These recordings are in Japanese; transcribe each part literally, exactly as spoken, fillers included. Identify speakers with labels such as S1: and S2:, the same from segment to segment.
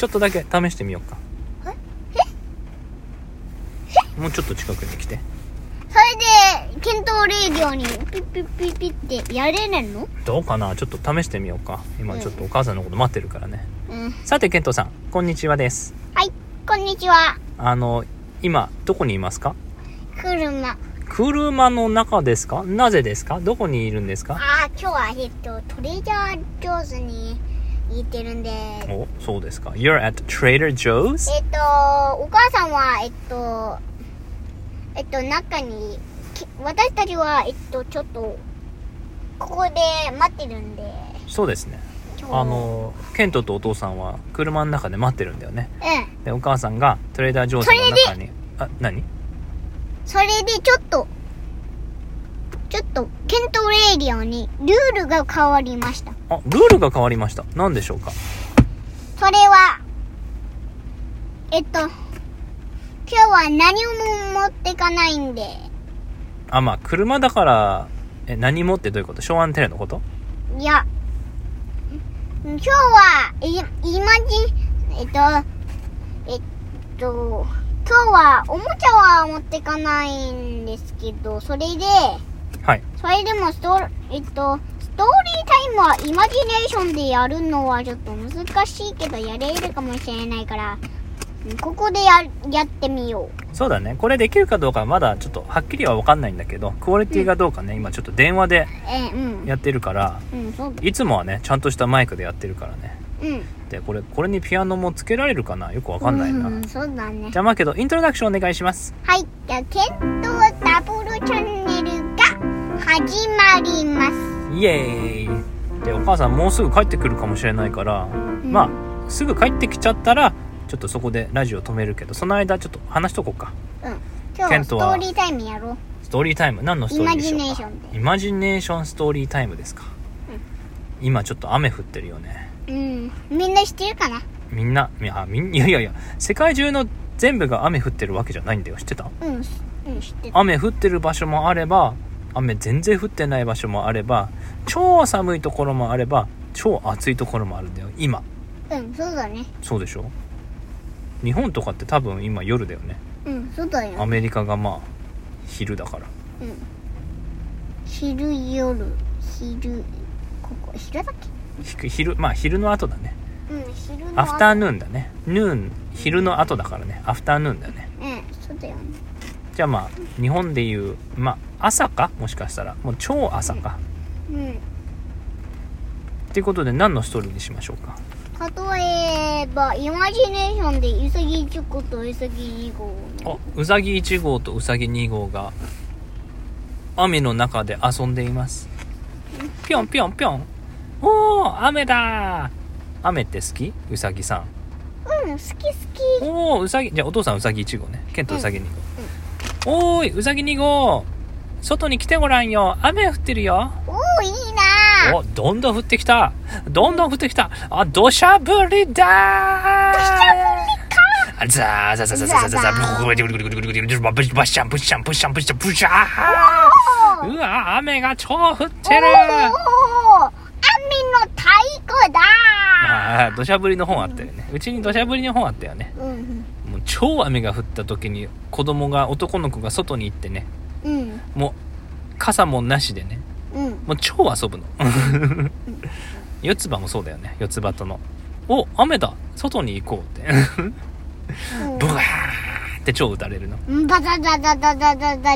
S1: ちょっとだけ試してみようか。
S2: え
S1: もうちょっと近くに来て。
S2: それで検討レディオにピッピッピッピッってやれないの？
S1: どうかな、ちょっと試してみようか。今ちょっとお母さんのこと待ってるからね、
S2: うん、
S1: さてケントさん、こんにちはです。
S2: はい、こんにちは。
S1: あの今どこにいますか？
S2: 車。
S1: 車の中ですか？なぜですか？どこにいるんですか？
S2: ああ、今日はえっとトレーダー・ジョーズに行ってるんで。
S1: お、そうですか。 You're at Trader Joe's?
S2: えっとお母さんはえっとえっと中に、私たちはえっとちょっとここで待ってるんで。
S1: そうですね。あのケントとお父さんは車の中で待ってるんだよね。
S2: うん。
S1: でお母さんがトレーダー・ジョーズの中に。あ、何？
S2: それでちょっとちょっとケントレーディオにルールが変わりました。
S1: あ、ルールが変わりました。何でしょうか？
S2: それはえっと今日は何も持ってかないんで。
S1: あ、まあ車だからえ何もってどういうこと？ショーアンテレのこと？
S2: いや、今日はいイマジえっとえっと今日はおもちゃは持ってかないんですけど、それで、
S1: はい。
S2: それでもスト、えっと、ストーリータイムはイマジネーションでやるのはちょっと難しいけどやれるかもしれないから、ここでや、やってみよう。
S1: そうだね。これできるかどうかはまだちょっとはっきりは分かんないんだけど、クオリティがどうかね、うん、今ちょっと電話でやってるから、
S2: うんうん、そう
S1: いつもはねちゃんとしたマイクでやってるからね。
S2: うん。
S1: でこれこれにピアノもつけられるかな、よくわかんないな、
S2: うん、そうだね。
S1: じゃあまあけどイントロダクションお願いします。
S2: はい、じゃあケントダブルチャンネルが始まります。
S1: イエーイ。でお母さんもうすぐ帰ってくるかもしれないから、うん、まあすぐ帰ってきちゃったらちょっとそこでラジオ止めるけど、その間ちょっと話しとこうか。
S2: うん。今日はストーリータイムやろう。
S1: ストーリータイム、何のストーリーでしょうか？
S2: イマジネーションで。
S1: イマジネーションストーリータイムですか、うん、今ちょっと雨降ってるよね。
S2: うん、みんな知ってるかな？
S1: みんな、いや、みんいやいやいや、世界中の全部が雨降ってるわけじゃないんだよ。知ってた？
S2: うん、うん、知ってた。
S1: 雨降ってる場所もあれば、雨全然降ってない場所もあれば、超寒いところもあれば、超暑いところもあるんだよ今。
S2: うん、そうだね。
S1: そうでしょ？日本とかって多分今夜だよね。
S2: うん、そうだよ。
S1: アメリカがまあ昼だから。
S2: うん。昼夜昼ここ昼だっ
S1: け？昼、まあ昼の後だね。
S2: うん、昼の後。
S1: アフターヌーンだね。ヌーン、昼の後だからね。アフターヌーンだね。
S2: うん、そうだよね。
S1: じゃあまあ日本でいうまあ朝か、もしかしたらもう超朝か。
S2: うん。うん、
S1: っていうことで何のストーリーにしましょうか？
S2: 例えばイマジネーションでウサギいち号とウサギに号
S1: の。あ、ウサギいち号とウサギに号が雨の中で遊んでいます。ぴょんぴょんぴょん。おー、雨だー。雨って好き？ウサギさん。
S2: うん、好き好き。
S1: おー、ウサギ、じゃあお父さんウサギいち号ね。ケントウサギに号、うんうん、おーい、ウサギに号、外に来てごらんよ。雨降ってるよ。
S2: おー、いいなー。
S1: お、どんどん降ってきた。どんどん降ってきた。あ、土砂降りだー。
S2: 土砂降りか。
S1: ザーザーザーザーザーザーザーブッバッシャンブッシャンブッシャンブッシャンブッシャー。うわ、雨が超降ってる。
S2: おー、雨の太鼓だー。
S1: あー、土砂降りの本あったよね。うちに土砂降りの本あったよね。
S2: うん、
S1: もう超雨が降った時に子供が男の子が外に行ってね、
S2: うん、
S1: もう傘もなしでね、
S2: うん、
S1: もう超遊ぶの。四つ葉もそうだよね。四つ葉との、お、雨だ、外に行こうってブワーって超打たれるの。
S2: バザザザザザザザって。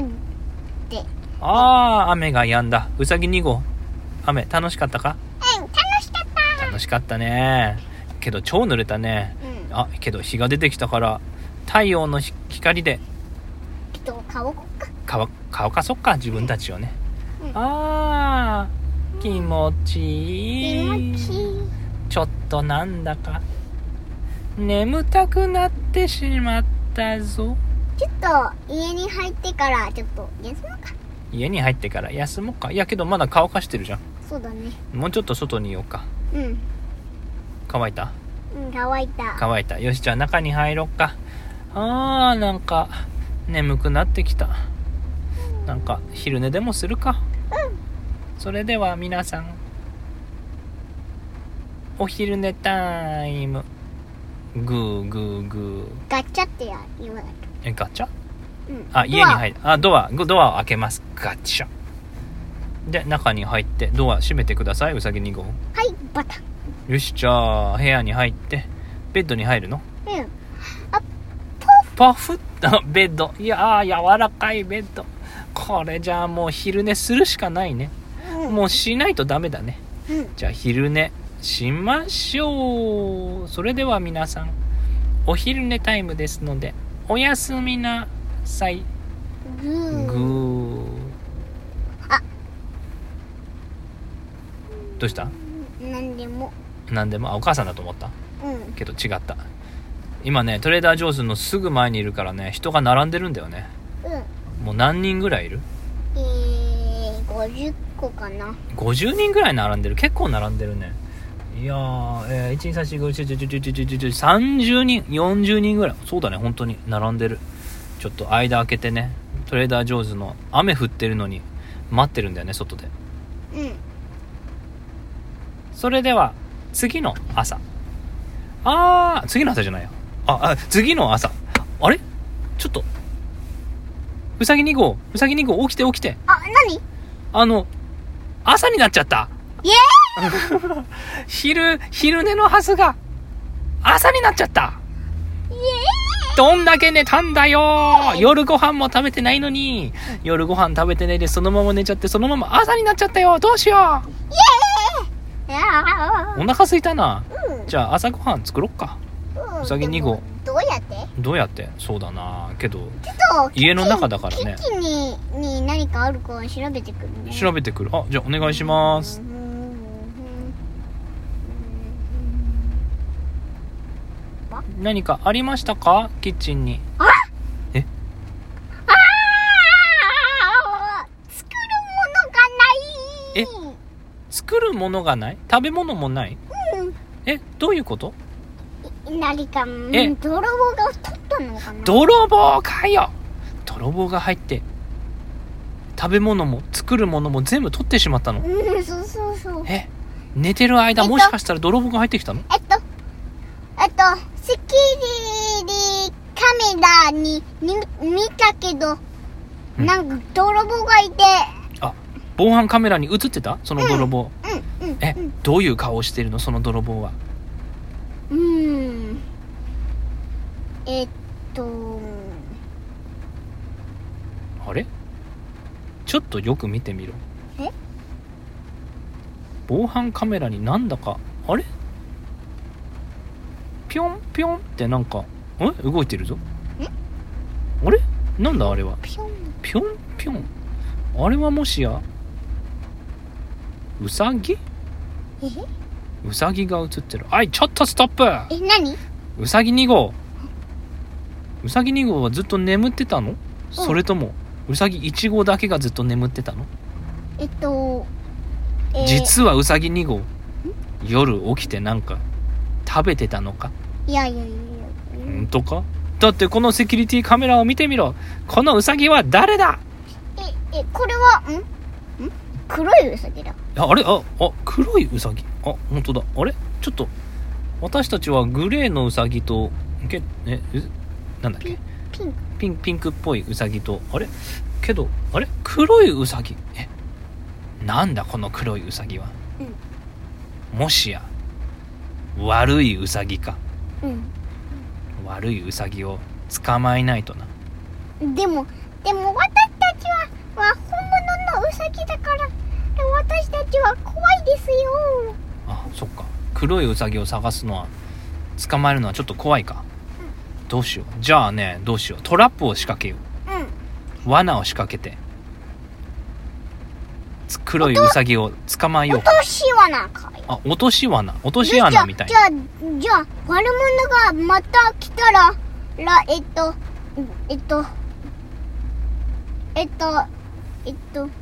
S1: あー、雨が止んだ。うさぎに号、雨楽しかったか？
S2: うん、楽しかった。
S1: 楽しかったね。けど超濡れたね、うん、あ、けど日が出てきたから太陽の光で
S2: 乾こっか
S1: 乾乾かそっか、自分たちをね、うん、あー、気持ちいい。
S2: 気持ちいい。
S1: ちょっとなんだか眠たくなってしまったぞ。
S2: ちょっと家に入ってからちょっと休もうか。
S1: 家に入ってから休もうか。いやけどまだ乾かしてるじゃん。
S2: そうだね。
S1: もうちょっと外にいようか。
S2: うん。
S1: 乾いた？
S2: うん、乾いた。
S1: 乾いた。よし、じゃあ中に入ろっか。あー、なんか眠くなってきた。なんか昼寝でもするか。
S2: うん。
S1: それでは皆さん、お昼寝タイム。 グーグーグー。
S2: ガチャってや言わないと。
S1: え、ガチャ？
S2: うん。
S1: あ、家に入る。あ、ドア、ドアを開けます。ガチャ。で、中に入って、ドア閉めてください、うさぎに号。
S2: はい、バタン。
S1: よし、じゃあ、部屋に入って、ベッドに入るの？
S2: うん。あ、
S1: パフッと、ベッド。いやー、柔らかいベッド。これじゃあもう昼寝するしかないね。
S2: うん、
S1: もうしないとダメだね。
S2: うん、
S1: じゃあ昼寝しましょう。それでは皆さん、お昼寝タイムですので、おやすみなさい。
S2: グー。
S1: グー。
S2: あ。
S1: どうした？
S2: なんでも。
S1: なんでも、あ、お母さんだと思った。
S2: うん。
S1: けど違った。今ね、トレーダー・ジョーズのすぐ前にいるからね、人が並んでるんだよね。
S2: うん。
S1: もう何人ぐらいいる？
S2: えー、ごじゅっこかな。
S1: ごじゅうにんぐらい並んでる。結構並んでるね。いやー、えー、いち、に、さん、よん、ご、ろく、なな、じゅう、じゅういち、じゅうに、じゅうさん、さんじゅうにん、よんじゅうにんぐらい。そうだね、本当に並んでる。ちょっと間開けてね、トレーダー・ジョーズの雨降ってるのに待ってるんだよね、外で。
S2: うん。
S1: それでは次の朝。あー、次の朝じゃないよ。あ、あ、次の朝。あれ？ちょっと。うさぎに号、うさぎに号、起きて起きて。
S2: あ、なに？
S1: あの、朝になっちゃった。
S2: イエ
S1: ーイ昼、昼寝のはずが、朝になっちゃった。
S2: ーイ
S1: どんだけ寝たんだよ。夜ご飯も食べてないのに、夜ご飯食べてないでそのまま寝ちゃって、そのまま朝になっちゃったよ。どうしよう。
S2: イエーイあ
S1: お腹すいたな。
S2: うん。
S1: じゃあ朝ご飯作ろっか。
S2: うん、
S1: うさぎに号。
S2: どうやって？
S1: どうやって？そうだな。けど、
S2: ちょっと
S1: 家の中だからね。
S2: キッチンにに何かあるか調べてくるね。
S1: 調べてくる。あ、じゃあお願いします。何かありましたか？キッチンに。
S2: あ
S1: え？
S2: ああ作るものがない。
S1: え？作るものがない？食べ物もない？
S2: うん。
S1: え？どういうこと？
S2: 何か、
S1: え
S2: 泥棒が取ったのかな？
S1: 泥棒かよ。泥棒が入って食べ物も作るものも全部取ってしまったの？
S2: うん、そうそうそう。
S1: え？寝てる間、
S2: えっと
S1: もしかしたら泥棒が入ってきたの？
S2: えっと、えっと、セキュリティカメラにに見たけど、
S1: うん
S2: なんか泥棒がいて。
S1: あ、防犯カメラに映ってた？その泥棒。
S2: うん、うん。
S1: え、
S2: うん、
S1: どういう顔をしてるの？その泥棒は。
S2: うーん。えっと、
S1: あれ？ちょっとよく見てみろ。
S2: え？
S1: 防犯カメラになんだか、あれ？ぴょんぴょんってなんか、え？動いてるぞ。あれ？なんだあれは。
S2: ぴょん。
S1: ぴょんぴょん。あれはもしや、うさぎ？
S2: え？
S1: うさぎが映ってる。あい、ちょっとストップ！
S2: え、何？
S1: うさぎに号。うさぎに号はずっと眠ってたの？それとも、うさぎいち号だけがずっと眠ってたの？
S2: えっと、えー、
S1: 実はうさぎに号、夜起きてなんか食べてたのか？
S2: いやいやいやいや。
S1: ほんとか？だってこのセキュリティカメラを見てみろ。このうさぎは誰だ？
S2: え、え、これは、ん？ん？黒いウサギだ。
S1: あ、あれ？あ、あ、黒いうさぎ。あ、ほんとだ。あれ？ちょっと、私たちはグレーのうさぎと、け、え、なんだっけ？
S2: ピンク。
S1: ピン、ピンクっぽいうさぎと、あれ？けど、あれ？黒いうさぎ。え、なんだこの黒いうさぎは。
S2: うん。
S1: もしや、悪いうさぎか。
S2: うん。
S1: 悪いうさぎを捕まえないとな。
S2: でも、でも私たちは、は本物のウサギだから、私たちは怖いですよ。
S1: あ、そっか。黒いうさぎを探すのは、捕まえるのはちょっと怖いか。うん、どうしよう。じゃあね、どうしよう。トラップを仕掛けよう。うん。罠を仕掛けて、黒いうさぎを捕まえようか。
S2: 落とし穴かよ。
S1: あ、落とし穴。落とし穴みたいな。
S2: じゃあ、じゃあ、悪者がまた来たら、ら、えっと、えっと、えっと、えっと、
S1: うん。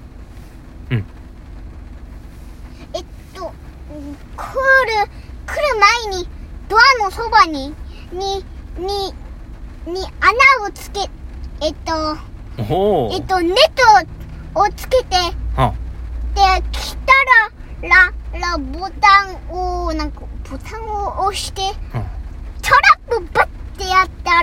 S2: えっと、来る、来る前に、ドアのそばに、に、に、に穴をつけ、えっと、
S1: お
S2: えっと、ネットをつけて、
S1: は
S2: で、来たら、ら、ら、ボタンを、なんか、ボタンを押して、
S1: うん、
S2: トラップ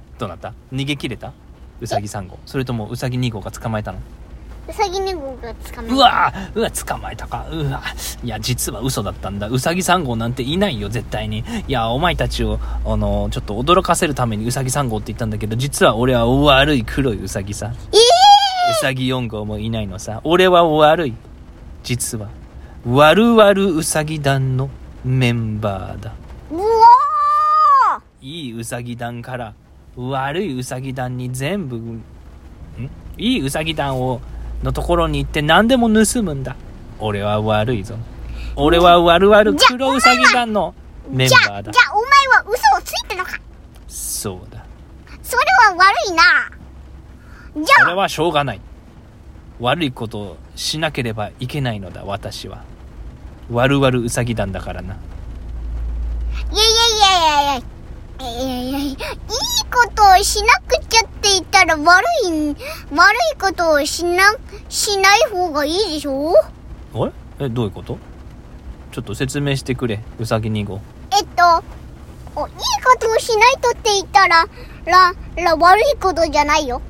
S1: どうなった？逃げ切れた？うさぎさん号。それともうさぎに号が捕まえたの？
S2: ウサギにごが捕まえた。
S1: うわうわ捕まえたか。うわいや実は嘘だったんだ。ウサギさん号なんていないよ絶対に。いやお前たちをあのちょっと驚かせるためにウサギさん号って言ったんだけど、実は俺は悪い黒いウサギさ。
S2: えー、
S1: ウサギよん号もいないのさ。俺は悪い、実はわるわるウサギ団のメンバーだ。
S2: うわー、
S1: いいウサギ団から悪いウサギ団に全部んいいウサギ団をのところに行って何でも盗むんだ。俺は悪いぞ。俺は悪わる黒ウサギ団のメン
S2: じゃ
S1: バーだ。
S2: あじゃあお前は嘘をついたのか。
S1: そうだ。
S2: それは悪いな。じゃあ
S1: それはしょうがない。悪いことをしなければいけないのだ。私は悪わるウサギ団だからな。
S2: いやいやいやいやいやいやいやいやいいことをしなくちゃって言ったら悪い悪いことをしなしない方がいいでしょ。
S1: あれえどういうこと？ちょっと説明してくれウサギに号。
S2: えっとおいいことをしないとって言ったららら悪いことじゃないよ。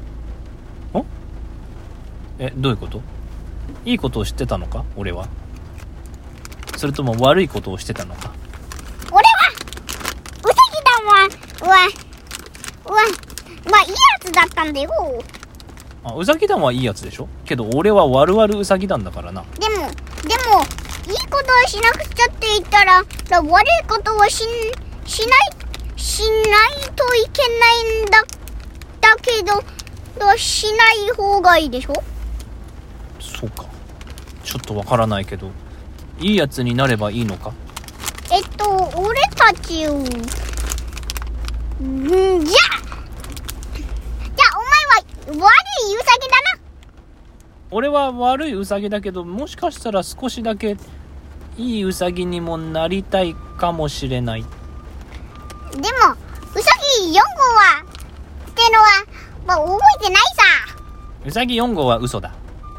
S1: えどういうこと？いいことを知ってたのか俺は。それとも悪いことをしてたのか。
S2: 俺はウサギ団はわわまあいいやつだったんだよ。
S1: あウサギ団はいいやつでしょ。けど俺は悪々ウサギ団だからな。
S2: でもでもいいことをしなくちゃって言ったらら悪いことをししないしないといけないんだだけどだしない方がいいでしょ。
S1: そうか。ちょっとわからないけどいいやつになればいいのか。
S2: えっと俺たちをんじゃあじゃあお前は悪いウサギだな。
S1: 俺は悪いウサギだけど、もしかしたら少しだけいいウサギにもなりたいかもしれない。
S2: でもウサギよん号はってのは、まあ、覚えてないさ。
S1: ウサギよん号は嘘だ。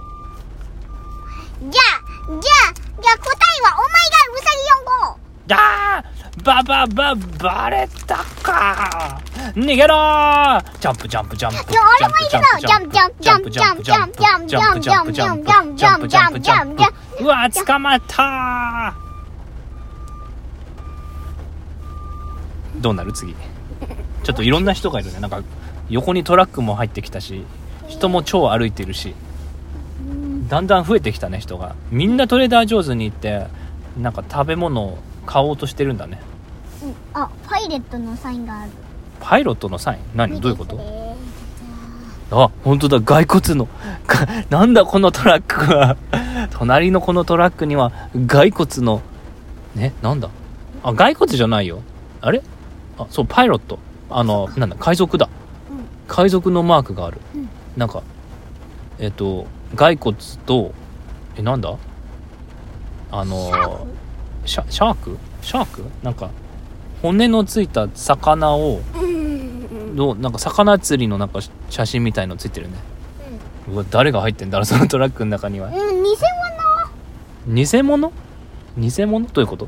S2: じゃあじゃあじゃあ答えはお前がウサギよん号。
S1: だーばばばバレたか。逃げろー。ジャンプジャンプジャンプ
S2: いや俺もいるの。ジャンプジャンプジャンプジャンプジャンプジャンプジャンプジャンプジャンプジャンプジャンプジャンプジャンプ。
S1: うわー捕まったー。どうなる次。ちょっといろんな人がいるね。なんか横にトラックも入ってきたし、人も超歩いてるし、だんだん増えてきたね人が。みんなトレーダー上手に行ってなんか食べ物を買おうとしてるんだね。
S2: うん、あパイレットのサインがある。
S1: パイロットのサイン？何？どういうこと？あ、本当だ。骸骨のなんだこのトラックは隣のこのトラックには骸骨のね、なんだあ、骸骨じゃないよ。あれあ、そう、パイロット。あの、なんだ、海賊だ、うん、海賊のマークがある、うん、なんかえっと骸骨とえなんだあのシャシャークシャークなんか骨のついた魚を、うん、どうなんか魚釣りのなんか写真みたいのついてるね、うん、うわ誰が入ってんだろうそのトラックの中には、
S2: うん、偽物
S1: 偽物偽物どういうこと？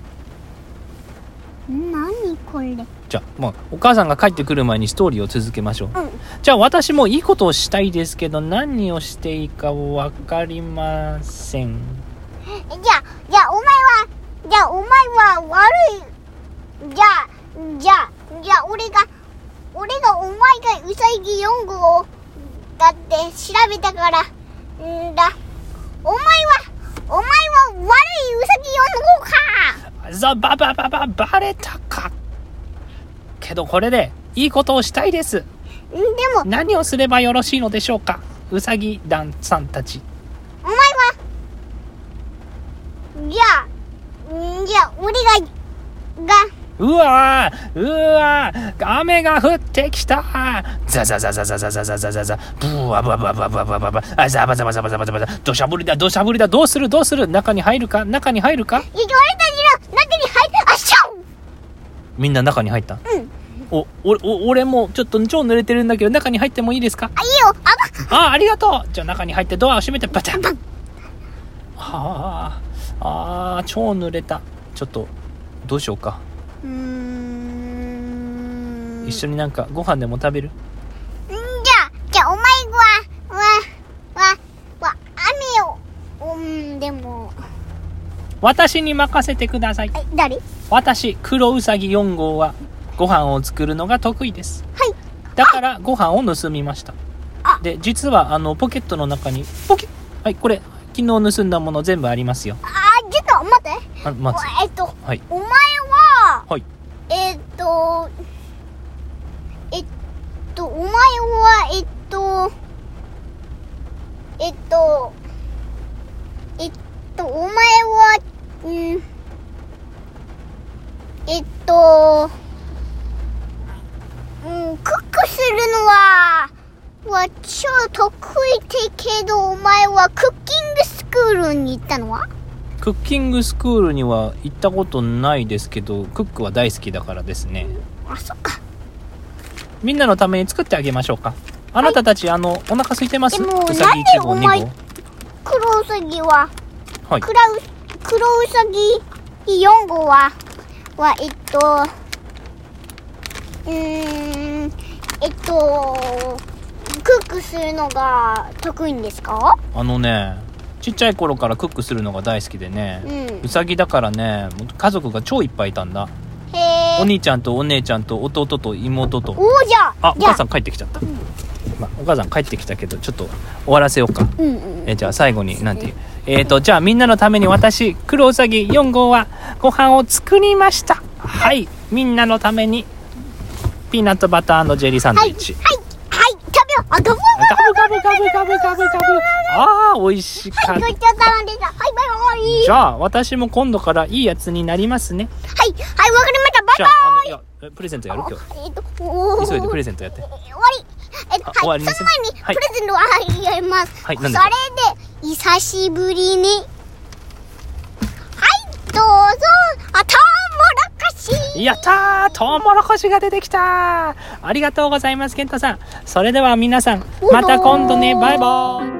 S2: 何これ。
S1: じゃあ、まあ、お母さんが帰ってくる前にストーリーを続けましょう、
S2: うん、
S1: じゃあ私もいいことをしたいですけど何をしていいか分かりません。
S2: じゃあじゃあお前はじゃあお前は悪いじゃあじゃあじゃあ俺が俺がお前がウサギよん号だって調べたからんだ。お前はお前は悪いウサギよん号か。
S1: ざばばばばバレたか。けどこれでいいことをしたいです。
S2: でも
S1: 何をすればよろしいのでしょうか、ウサギ団さんたち。
S2: お前はじゃあじゃあ俺がが
S1: うわーうわー雨が降ってきた。ザザザザザザザザザザザブワブワブワブワブワブワブワあザバザバザバザバザバザ土砂降りだ土砂降りだ。どうするどうする。中に入るか中に入るか。
S2: いや俺たちの中に入る。あっしょ。
S1: みんな中に入った。
S2: うん。
S1: おおお俺もちょっと超濡れてるんだけど中に入ってもいいですか。
S2: あいいよ。あ
S1: あありがとう。じゃあ中に入ってドアを閉めてバタン。はああー超濡れた。ちょっとどうしようか。
S2: うーん
S1: 一緒になんかご飯でも食べる？
S2: んじゃあじゃあお前はわわわ雨
S1: 私に任せてください。
S2: え、誰？
S1: 私、黒うさぎよん号はご飯を作るのが得意です。
S2: はい。
S1: だからご飯を盗みました。
S2: あ
S1: で、実はあのポケットの中にポケはい、これ昨日盗んだもの全部ありますよ。
S2: あ、ちょっと待って。
S1: あ、待つ。
S2: えっと、
S1: はい。
S2: お前は、
S1: はい。
S2: えっと、えっと、お前は、えっと、えっと、えっと、お前は、うん、えっと、うん、クックするのは、は超得意だけど、お前はクッキングスクールに行ったのは？
S1: クッキングスクールには行ったことないですけど、クックは大好きだからですね。
S2: あ、そっか。
S1: みんなのために作ってあげましょうか。あなたたち、はい、あのお腹空いてます？
S2: でも
S1: うさぎいち号、に号。
S2: 黒うさぎは、
S1: はい、
S2: 黒う黒うさぎよん号ははえっとうーんえっとクックするのが得意んですか？
S1: あのね、ちっちゃい頃からクックするのが大好きでね、
S2: うん、
S1: うさぎだからね、家族が超いっぱいいたんだ。
S2: へー。
S1: お兄ちゃんとお姉ちゃんと弟と妹と。
S2: おー、じゃあ
S1: あ、お母さん帰ってきちゃった、うん、まあ、お母さん帰ってきたけどちょっと終わらせようか、
S2: うんうん、
S1: えじゃあ最後になんていう、えーとじゃあみんなのために私黒うさぎよん号はご飯を作りました。はい、みんなのためにピーナッツバター&ジェリーサンドイッチ。
S2: はいはいはい、食べよう。あ、ガブ
S1: ガブガブガブガブガブガブ。あー、美味しかった。
S2: はい、ごちそうさまでした。はい、バイバイ。
S1: じゃあ私も今度からいいやつになりますね。
S2: はいはい、わかりました。バイバイ。
S1: じゃあ、あのいやプレゼントやる今日。
S2: えっと急
S1: いでプレゼントやって。
S2: 終わり。えっと、はい、
S1: 終わりにする。
S2: その前にプレゼントはやります。
S1: はい、なんですか？
S2: それで久しぶりに、はい、どうぞ。あ、トウモロコシ。
S1: やったー、トウモロコシが出てきたー。ありがとうございます、ケントさん。それでは皆さん、また今度ね。バイバーイ。